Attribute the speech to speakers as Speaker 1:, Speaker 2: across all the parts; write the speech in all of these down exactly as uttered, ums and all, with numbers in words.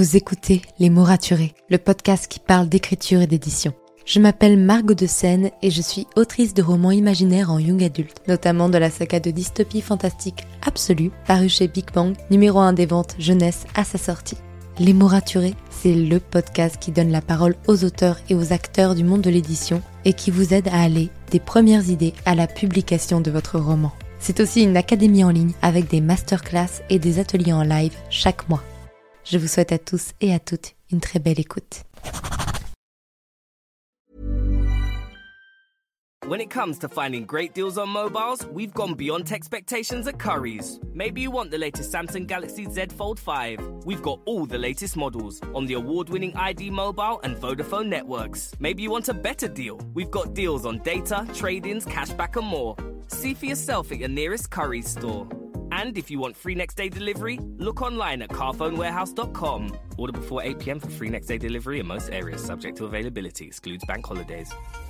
Speaker 1: Vous écoutez Les Mots Raturés, le podcast qui parle d'écriture et d'édition. Je m'appelle Margot de Seine et je suis autrice de romans imaginaires en young adulte, notamment de la saga de dystopie fantastique Absolue, parue chez Big Bang, numéro un des ventes jeunesse à sa sortie. Les Mots Raturés, c'est le podcast qui donne la parole aux auteurs et aux acteurs du monde de l'édition et qui vous aide à aller des premières idées à la publication de votre roman. C'est aussi une académie en ligne avec des masterclass et des ateliers en live chaque mois. Je vous souhaite à tous et à toutes une très belle écoute.
Speaker 2: When it comes to finding great deals on mobiles, we've gone beyond expectations at Currys. Maybe you want the latest Samsung Galaxy Z Fold five. We've got all the latest models on the award-winning I D Mobile and Vodafone networks. Maybe you want a better deal. We've got deals on data, trade-ins, cashback and more. See for yourself at your nearest Currys store. And if you want free next day delivery, look online at carphone warehouse dot com. Order before eight p.m. for free next day delivery in most areas, subject to availability, excludes bank holidays.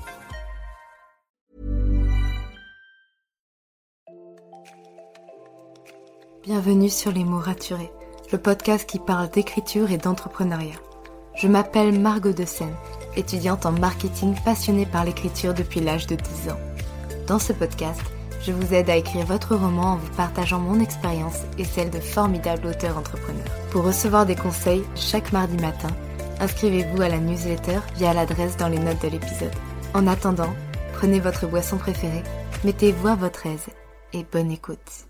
Speaker 1: Bienvenue sur Les Mots Raturés, le podcast qui parle d'écriture et d'entrepreneuriat. Je m'appelle Margot de Seine, étudiante en marketing passionnée par l'écriture depuis l'âge de dix ans. Dans ce podcast, je vous aide à écrire votre roman en vous partageant mon expérience et celle de formidables auteurs entrepreneurs. Pour recevoir des conseils chaque mardi matin, inscrivez-vous à la newsletter via l'adresse dans les notes de l'épisode. En attendant, prenez votre boisson préférée, mettez-vous à votre aise et bonne écoute.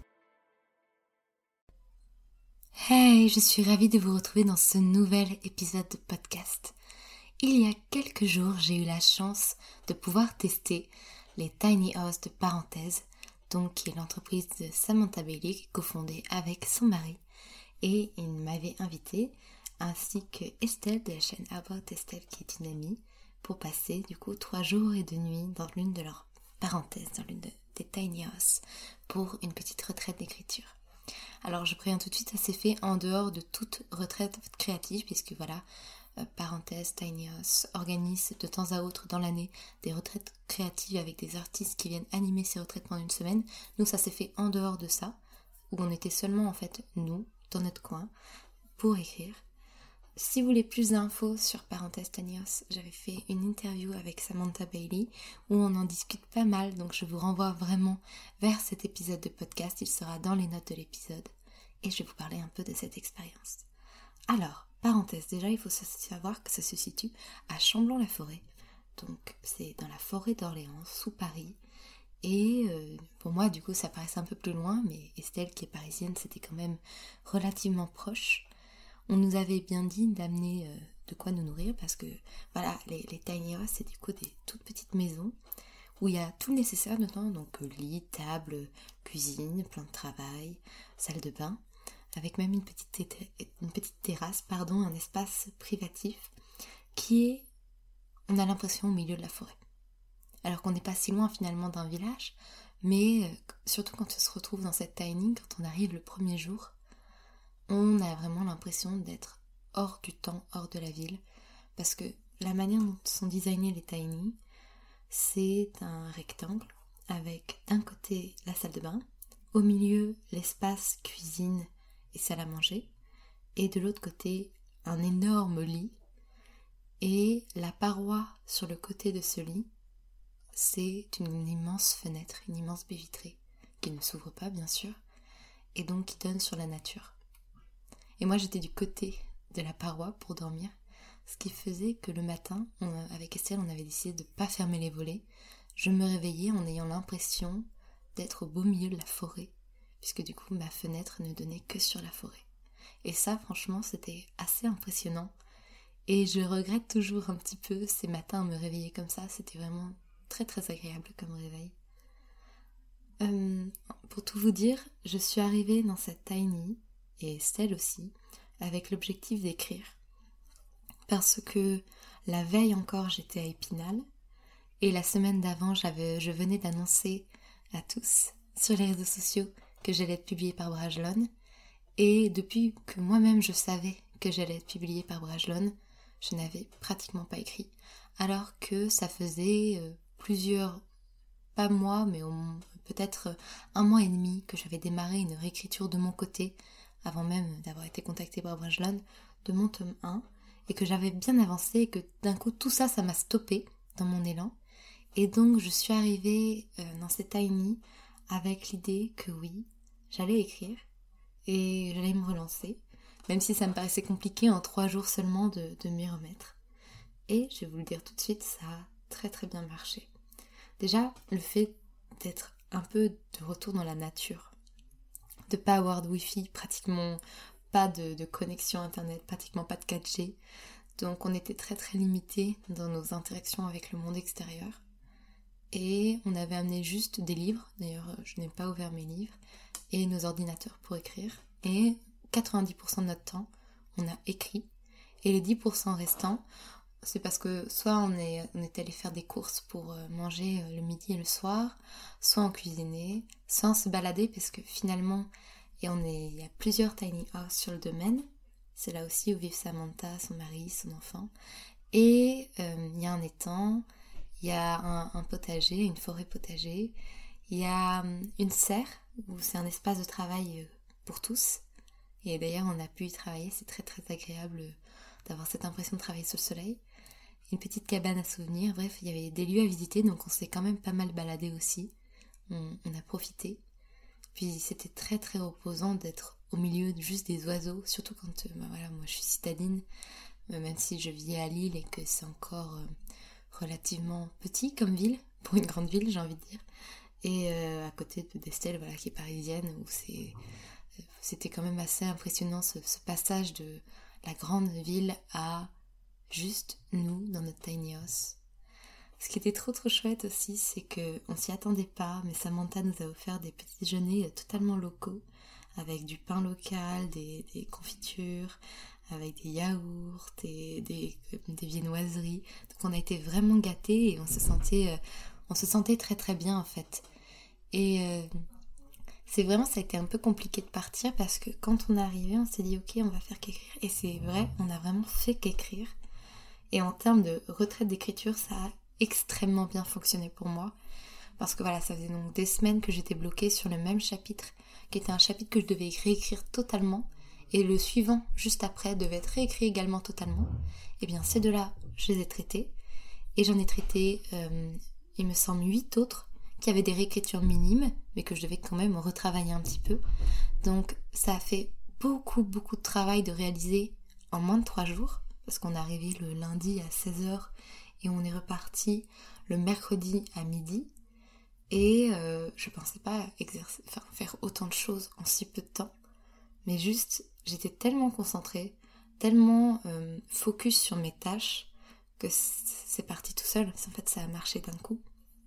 Speaker 1: Hey, je suis ravie de vous retrouver dans ce nouvel épisode de podcast. Il y a quelques jours, j'ai eu la chance de pouvoir tester les Tiny House de Parenthèse, donc qui est l'entreprise de Samantha Bailey, cofondée avec son mari. Et il m'avait invité, ainsi que Estelle de la chaîne About Estelle, qui est une amie, pour passer du coup trois jours et deux nuits dans l'une de leurs parenthèses, dans l'une de, des Tiny House, pour une petite retraite d'écriture. Alors je préviens tout de suite, ça s'est fait en dehors de toute retraite créative, puisque voilà, euh, parenthèse, Tiny House organise de temps à autre dans l'année des retraites créatives avec des artistes qui viennent animer ces retraites pendant une semaine. Nous, ça s'est fait en dehors de ça, où on était seulement en fait, nous, dans notre coin, pour écrire. Si vous voulez plus d'infos sur parenthèse Tiny House, j'avais fait une interview avec Samantha Bailey où on en discute pas mal, donc je vous renvoie vraiment vers cet épisode de podcast, il sera dans les notes de l'épisode et je vais vous parler un peu de cette expérience. Alors, parenthèse, déjà il faut savoir que ça se situe à Chamblon-la-Forêt, donc c'est dans la forêt d'Orléans, sous Paris, et euh, pour moi du coup ça paraissait un peu plus loin, mais Estelle qui est parisienne c'était quand même relativement proche. On nous avait bien dit d'amener euh, de quoi nous nourrir parce que voilà, les, les tiny house c'est du coup des toutes petites maisons où il y a tout le nécessaire dedans, donc lit, table, cuisine, plan de travail, salle de bain, avec même une petite, té- une petite terrasse, pardon, un espace privatif qui est, on a l'impression, au milieu de la forêt. Alors qu'on n'est pas si loin finalement d'un village, mais euh, surtout quand on se retrouve dans cette tiny, quand on arrive le premier jour, on a vraiment l'impression d'être hors du temps, hors de la ville, parce que la manière dont sont designés les tiny, c'est un rectangle avec d'un côté la salle de bain, au milieu l'espace cuisine et salle à manger, et de l'autre côté un énorme lit, et la paroi sur le côté de ce lit, c'est une immense fenêtre, une immense baie vitrée, qui ne s'ouvre pas bien sûr, et donc qui donne sur la nature. Et moi j'étais du côté de la paroi pour dormir, ce qui faisait que le matin, on, avec Estelle, on avait décidé de ne pas fermer les volets. Je me réveillais en ayant l'impression d'être au beau milieu de la forêt, puisque du coup ma fenêtre ne donnait que sur la forêt. Et ça franchement c'était assez impressionnant, et je regrette toujours un petit peu ces matins à me réveiller comme ça, c'était vraiment très très agréable comme réveil. Euh, pour tout vous dire, je suis arrivée dans cette tiny, et Estelle aussi, avec l'objectif d'écrire. Parce que la veille encore, j'étais à Épinal, et la semaine d'avant, j'avais, je venais d'annoncer à tous, sur les réseaux sociaux, que j'allais être publiée par Brajlon, et depuis que moi-même je savais que j'allais être publiée par Brajlon, je n'avais pratiquement pas écrit, alors que ça faisait euh, plusieurs, pas mois, mais au, peut-être un mois et demi que j'avais démarré une réécriture de mon côté, avant même d'avoir été contactée par Brajlon. de mon tome un et que j'avais bien avancé et que d'un coup tout ça, ça m'a stoppé dans mon élan. Et donc je suis arrivée euh, dans ces tiny avec l'idée que oui, j'allais écrire et j'allais me relancer, même si ça me paraissait compliqué en trois jours seulement de, de m'y remettre. Et je vais vous le dire tout de suite, ça a très très bien marché. Déjà, le fait d'être un peu de retour dans la nature, de pas avoir de wifi, pratiquement pas de, de connexion internet, pratiquement pas de quatre G, donc on était très très limité dans nos interactions avec le monde extérieur. Et on avait amené juste des livres, d'ailleurs je n'ai pas ouvert mes livres, et nos ordinateurs pour écrire. Et quatre-vingt-dix pour cent de notre temps, on a écrit. Et les dix pour cent restants, c'est parce que soit on est, on est allé faire des courses pour manger le midi et le soir, soit on cuisinait, soit on se baladait, parce que finalement, et on est, il y a plusieurs tiny house sur le domaine. C'est là aussi où vivent Samantha, son mari, son enfant. Et euh, il y a un étang. Il y a un, un potager, une forêt potager. Il y a une serre où c'est un espace de travail pour tous. Et d'ailleurs, on a pu y travailler. C'est très très agréable d'avoir cette impression de travailler sous le soleil. Une petite cabane à souvenirs. Bref, il y avait des lieux à visiter, donc on s'est quand même pas mal baladé aussi. On, on a profité. Puis c'était très très reposant d'être au milieu de juste des oiseaux. Surtout quand, bah voilà, moi je suis citadine. Même si je vis à Lille et que c'est encore... Euh, relativement petit comme ville, pour une grande ville j'ai envie de dire, et euh, à côté d'Estelle, voilà, qui est parisienne, où c'est, c'était quand même assez impressionnant ce, ce passage de la grande ville à juste nous dans notre tiny house. Ce qui était trop trop chouette aussi, c'est qu'on s'y attendait pas, mais Samantha nous a offert des petits déjeuners totalement locaux, avec du pain local, des, des confitures, avec des yaourts, des, des, des viennoiseries. Donc on a été vraiment gâtés et on se sentait, euh, on se sentait très très bien en fait. Et euh, c'est vraiment, ça a été un peu compliqué de partir parce que quand on est arrivé, on s'est dit ok, on va faire qu'écrire. Et c'est vrai, on a vraiment fait qu'écrire. Et en termes de retraite d'écriture, ça a extrêmement bien fonctionné pour moi. Parce que voilà, ça faisait donc des semaines que j'étais bloquée sur le même chapitre, qui était un chapitre que je devais réécrire totalement. Et le suivant, juste après, devait être réécrit également totalement. Et bien ces deux-là, je les ai traités. Et j'en ai traité, euh, il me semble, huit autres qui avaient des réécritures minimes, mais que je devais quand même retravailler un petit peu. Donc ça a fait beaucoup, beaucoup de travail de réaliser en moins de trois jours, parce qu'on est arrivé le lundi à seize heures et on est reparti le mercredi à midi. Et euh, je pensais pas exercer, enfin, faire autant de choses en si peu de temps. Mais juste, j'étais tellement concentrée, tellement euh, focus sur mes tâches, que c'est parti tout seul. En fait, ça a marché d'un coup.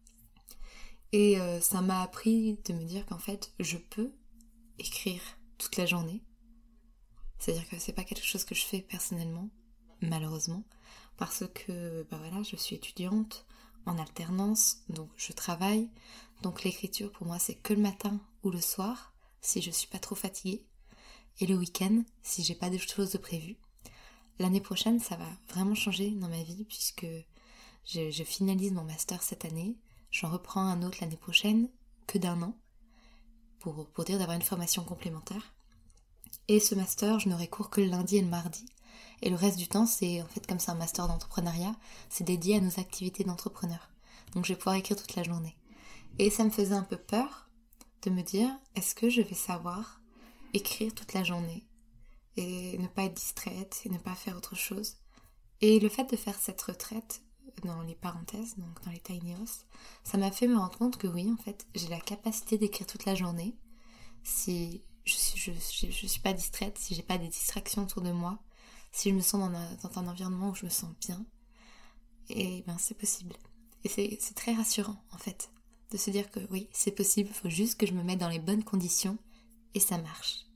Speaker 1: Et euh, ça m'a appris de me dire qu'en fait, je peux écrire toute la journée. C'est-à-dire que c'est pas quelque chose que je fais personnellement, malheureusement, parce que bah voilà, je suis étudiante en alternance, donc je travaille. Donc l'écriture pour moi, c'est que le matin ou le soir, si je suis pas trop fatiguée. Et le week-end, si j'ai pas de choses de prévues. L'année prochaine, ça va vraiment changer dans ma vie puisque je, je finalise mon master cette année. J'en reprends un autre l'année prochaine, que d'un an, pour, pour dire d'avoir une formation complémentaire. Et ce master, je n'aurai cours que le lundi et le mardi. Et le reste du temps, c'est en fait comme c'est un master d'entrepreneuriat, c'est dédié à nos activités d'entrepreneurs. Donc je vais pouvoir écrire toute la journée. Et ça me faisait un peu peur de me dire, est-ce que je vais savoir écrire toute la journée et ne pas être distraite et ne pas faire autre chose. Et le fait de faire cette retraite dans les parenthèses, donc dans les tiny house, ça m'a fait me rendre compte que oui, en fait, j'ai la capacité d'écrire toute la journée si je suis, je, je, je suis pas distraite, si j'ai pas des distractions autour de moi, si je me sens dans un, dans un environnement où je me sens bien, et ben c'est possible. Et c'est, c'est très rassurant, en fait, de se dire que oui, c'est possible, il faut juste que je me mette dans les bonnes conditions et ça marche.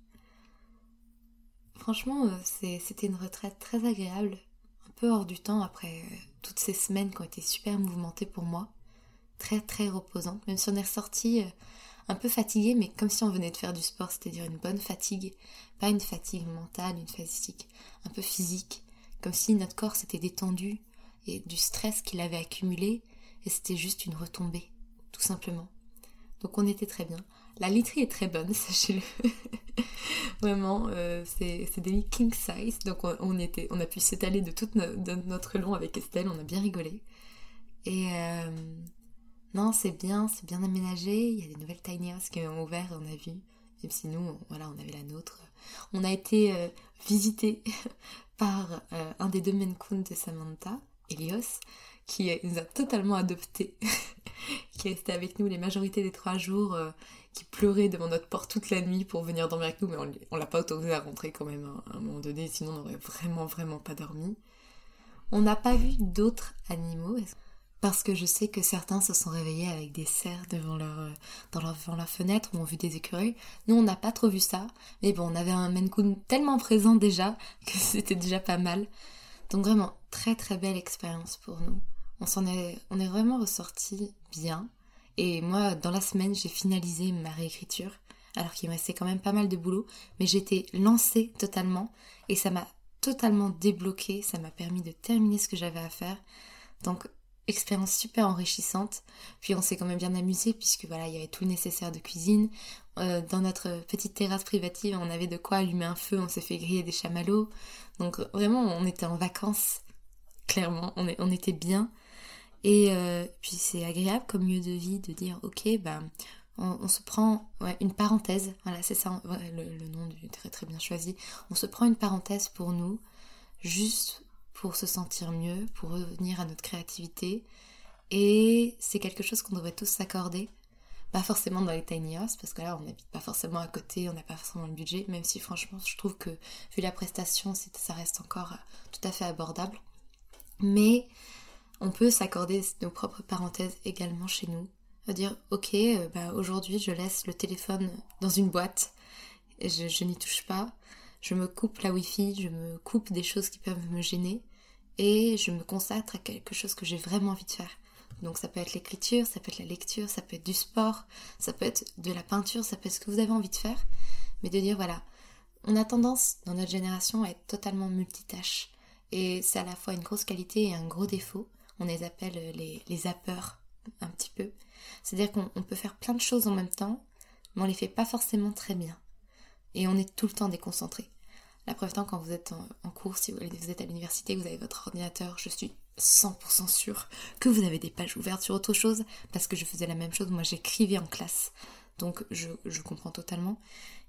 Speaker 1: Franchement, c'est, c'était une retraite très agréable, un peu hors du temps après euh, toutes ces semaines qui ont été super mouvementées pour moi, très très reposantes, même si on est ressorti euh, un peu fatigué, mais comme si on venait de faire du sport, c'est-à-dire une bonne fatigue, pas une fatigue mentale, une fatigue un peu physique, comme si notre corps s'était détendu et du stress qu'il avait accumulé, et c'était juste une retombée, tout simplement. Donc on était très bien. La literie est très bonne, sachez-le. Vraiment, euh, c'est, c'est des lits king size, donc on, on, était, on a pu s'étaler de tout no, de notre long avec Estelle, on a bien rigolé. Et euh, non, c'est bien, c'est bien aménagé, il y a des nouvelles tiny houses qui ont ouvert, on a vu, même si nous, on, voilà, on avait la nôtre. On a été euh, visité par euh, un des deux Maine Coon de Samantha, Elios, qui nous a totalement adoptés, qui est resté avec nous les majorités des trois jours, euh, qui pleurait devant notre porte toute la nuit pour venir dormir avec nous, mais on, on l'a pas autorisé à rentrer quand même hein, à un moment donné, sinon on n'aurait vraiment vraiment pas dormi. On n'a pas vu d'autres animaux, parce que je sais que certains se sont réveillés avec des cerfs devant leur, dans leur, devant leur fenêtre, ou ont vu des écureuils. Nous on n'a pas trop vu ça, mais bon, on avait un Maine Coon tellement présent déjà, que c'était déjà pas mal. Donc vraiment, très très belle expérience pour nous. On s'en est, on est vraiment ressortis bien. Et moi, dans la semaine, j'ai finalisé ma réécriture, alors qu'il me restait quand même pas mal de boulot, mais j'étais lancée totalement, et ça m'a totalement débloquée, ça m'a permis de terminer ce que j'avais à faire. Donc, expérience super enrichissante. Puis on s'est quand même bien amusé, puisque voilà, il y avait tout le nécessaire de cuisine. Euh, dans notre petite terrasse privative, on avait de quoi allumer un feu, on s'est fait griller des chamallows. Donc vraiment, on était en vacances, clairement, on, est, on était bien. Et euh, puis c'est agréable comme lieu de vie de dire ok bah on, on se prend ouais, une parenthèse, voilà c'est ça ouais, le, le nom du très très bien choisi, on se prend une parenthèse pour nous, juste pour se sentir mieux, pour revenir à notre créativité, et c'est quelque chose qu'on devrait tous s'accorder, pas forcément dans les tiny houses parce que là on n'habite pas forcément à côté, on n'a pas forcément le budget, même si franchement je trouve que vu la prestation c'est, ça reste encore tout à fait abordable, mais on peut s'accorder nos propres parenthèses également chez nous. Dire, ok, euh, bah, aujourd'hui je laisse le téléphone dans une boîte, et je, je n'y touche pas, je me coupe la wifi, je me coupe des choses qui peuvent me gêner, et je me consacre à quelque chose que j'ai vraiment envie de faire. Donc ça peut être l'écriture, ça peut être la lecture, ça peut être du sport, ça peut être de la peinture, ça peut être ce que vous avez envie de faire, mais de dire voilà, on a tendance dans notre génération à être totalement multitâche, et c'est à la fois une grosse qualité et un gros défaut. On les appelle les, les zappeurs, un petit peu. C'est-à-dire qu'on on peut faire plein de choses en même temps, mais on les fait pas forcément très bien. Et on est tout le temps déconcentré. La preuve étant, quand vous êtes en, en cours, si vous, vous êtes à l'université, vous avez votre ordinateur, je suis cent pour cent sûre que vous avez des pages ouvertes sur autre chose, parce que je faisais la même chose, moi j'écrivais en classe. Donc je, je comprends totalement.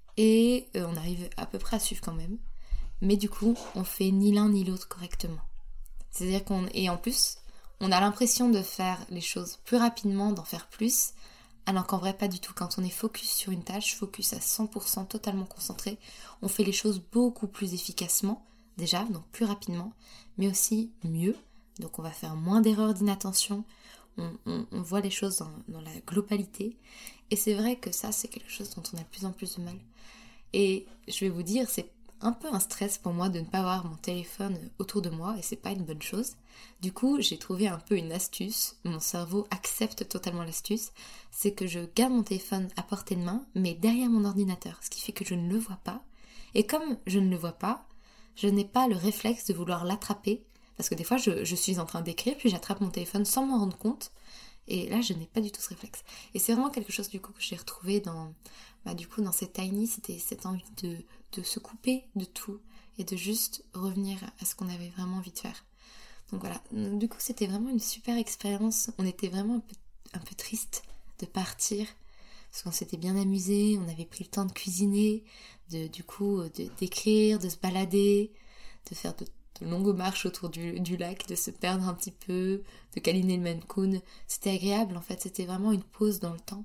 Speaker 1: Et euh, on arrive à peu près à suivre quand même. Mais du coup, on fait ni l'un ni l'autre correctement. C'est-à-dire qu'on... Et en plus... on a l'impression de faire les choses plus rapidement, d'en faire plus, alors qu'en vrai pas du tout. Quand on est focus sur une tâche, focus à cent pour cent, totalement concentré, on fait les choses beaucoup plus efficacement, déjà, donc plus rapidement, mais aussi mieux. Donc on va faire moins d'erreurs d'inattention, on, on, on voit les choses dans, dans la globalité, et c'est vrai que ça c'est quelque chose dont on a de plus en plus de mal. Et je vais vous dire, c'est un peu un stress pour moi de ne pas avoir mon téléphone autour de moi, et c'est pas une bonne chose. Du coup, j'ai trouvé un peu une astuce, mon cerveau accepte totalement l'astuce, c'est que je garde mon téléphone à portée de main, mais derrière mon ordinateur, ce qui fait que je ne le vois pas. Et comme je ne le vois pas, je n'ai pas le réflexe de vouloir l'attraper, parce que des fois je, je suis en train d'écrire, puis j'attrape mon téléphone sans m'en rendre compte, et là je n'ai pas du tout ce réflexe. Et c'est vraiment quelque chose du coup que j'ai retrouvé dans, bah, du coup, dans ces tiny, c'était cette envie de, de se couper de tout, et de juste revenir à ce qu'on avait vraiment envie de faire. Donc voilà, du coup c'était vraiment une super expérience, on était vraiment un peu, un peu triste de partir, parce qu'on s'était bien amusé, on avait pris le temps de cuisiner, de, du coup de, d'écrire, de se balader, de faire de, de longues marches autour du, du lac, de se perdre un petit peu, de câliner le Maine Coon. C'était agréable en fait, c'était vraiment une pause dans le temps.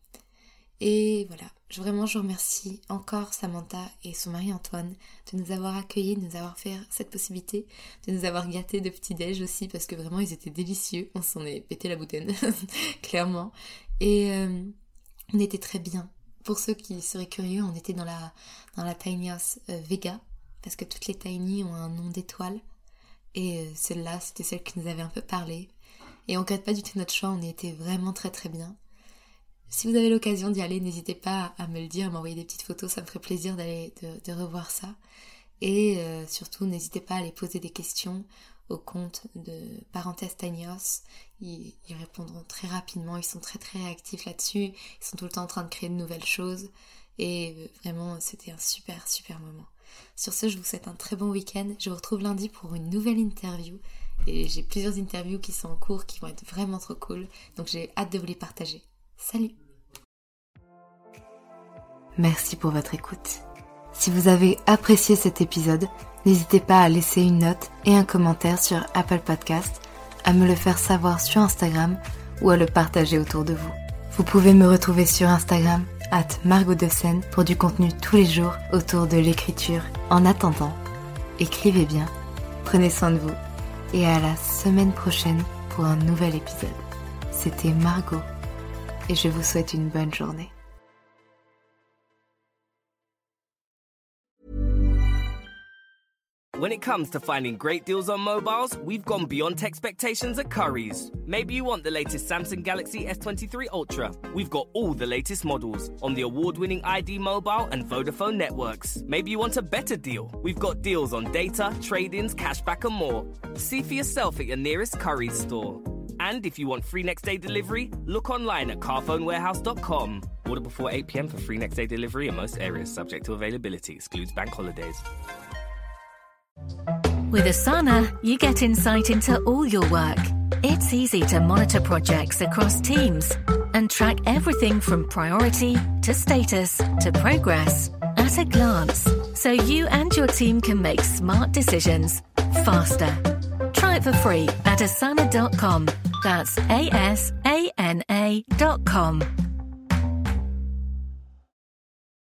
Speaker 1: Et voilà, je, vraiment je remercie encore Samantha et son mari Antoine de nous avoir accueillis, de nous avoir fait cette possibilité, de nous avoir gâtés de petit-déj aussi, parce que vraiment ils étaient délicieux, on s'en est pété la boutaine, clairement. Et euh, on était très bien. Pour ceux qui seraient curieux, on était dans la, dans la Tiny House euh, Vega, parce que toutes les Tiny ont un nom d'étoile, et euh, celle-là c'était celle qui nous avait un peu parlé. Et on ne regrette pas du tout notre choix, on y était vraiment très très bien. Si vous avez l'occasion d'y aller, n'hésitez pas à me le dire, à m'envoyer des petites photos, ça me ferait plaisir d'aller de, de revoir ça. Et euh, surtout, n'hésitez pas à aller poser des questions au compte de Parenthèse Tiny House, ils, ils répondront très rapidement, ils sont très très réactifs là-dessus, ils sont tout le temps en train de créer de nouvelles choses, et vraiment c'était un super super moment. Sur ce, je vous souhaite un très bon week-end, je vous retrouve lundi pour une nouvelle interview, et j'ai plusieurs interviews qui sont en cours, qui vont être vraiment trop cool, donc j'ai hâte de vous les partager. Salut! Merci pour votre écoute. Si vous avez apprécié cet épisode, n'hésitez pas à laisser une note et un commentaire sur Apple Podcast, à me le faire savoir sur Instagram ou à le partager autour de vous. Vous pouvez me retrouver sur Instagram arobase margot de seine pour du contenu tous les jours autour de l'écriture. En attendant, écrivez bien, prenez soin de vous et à la semaine prochaine pour un nouvel épisode. C'était Margot et je vous souhaite une bonne journée.
Speaker 2: When it comes to finding great deals on mobiles, we've gone beyond expectations at Currys. Maybe you want the latest Samsung Galaxy S twenty-three Ultra. We've got all the latest models on the award-winning I D Mobile and Vodafone networks. Maybe you want a better deal. We've got deals on data, trade-ins, cashback and more. See for yourself at your nearest Currys store. And if you want free next day delivery, look online at carphone warehouse dot com. Order before eight p.m. for free next day delivery in most areas, subject to availability, excludes bank holidays.
Speaker 3: With Asana, you get insight into all your work. It's easy to monitor projects across teams and track everything from priority to status to progress at a glance, so you and your team can make smart decisions faster. Try it for free at asana dot com. That's A S A N A dot com.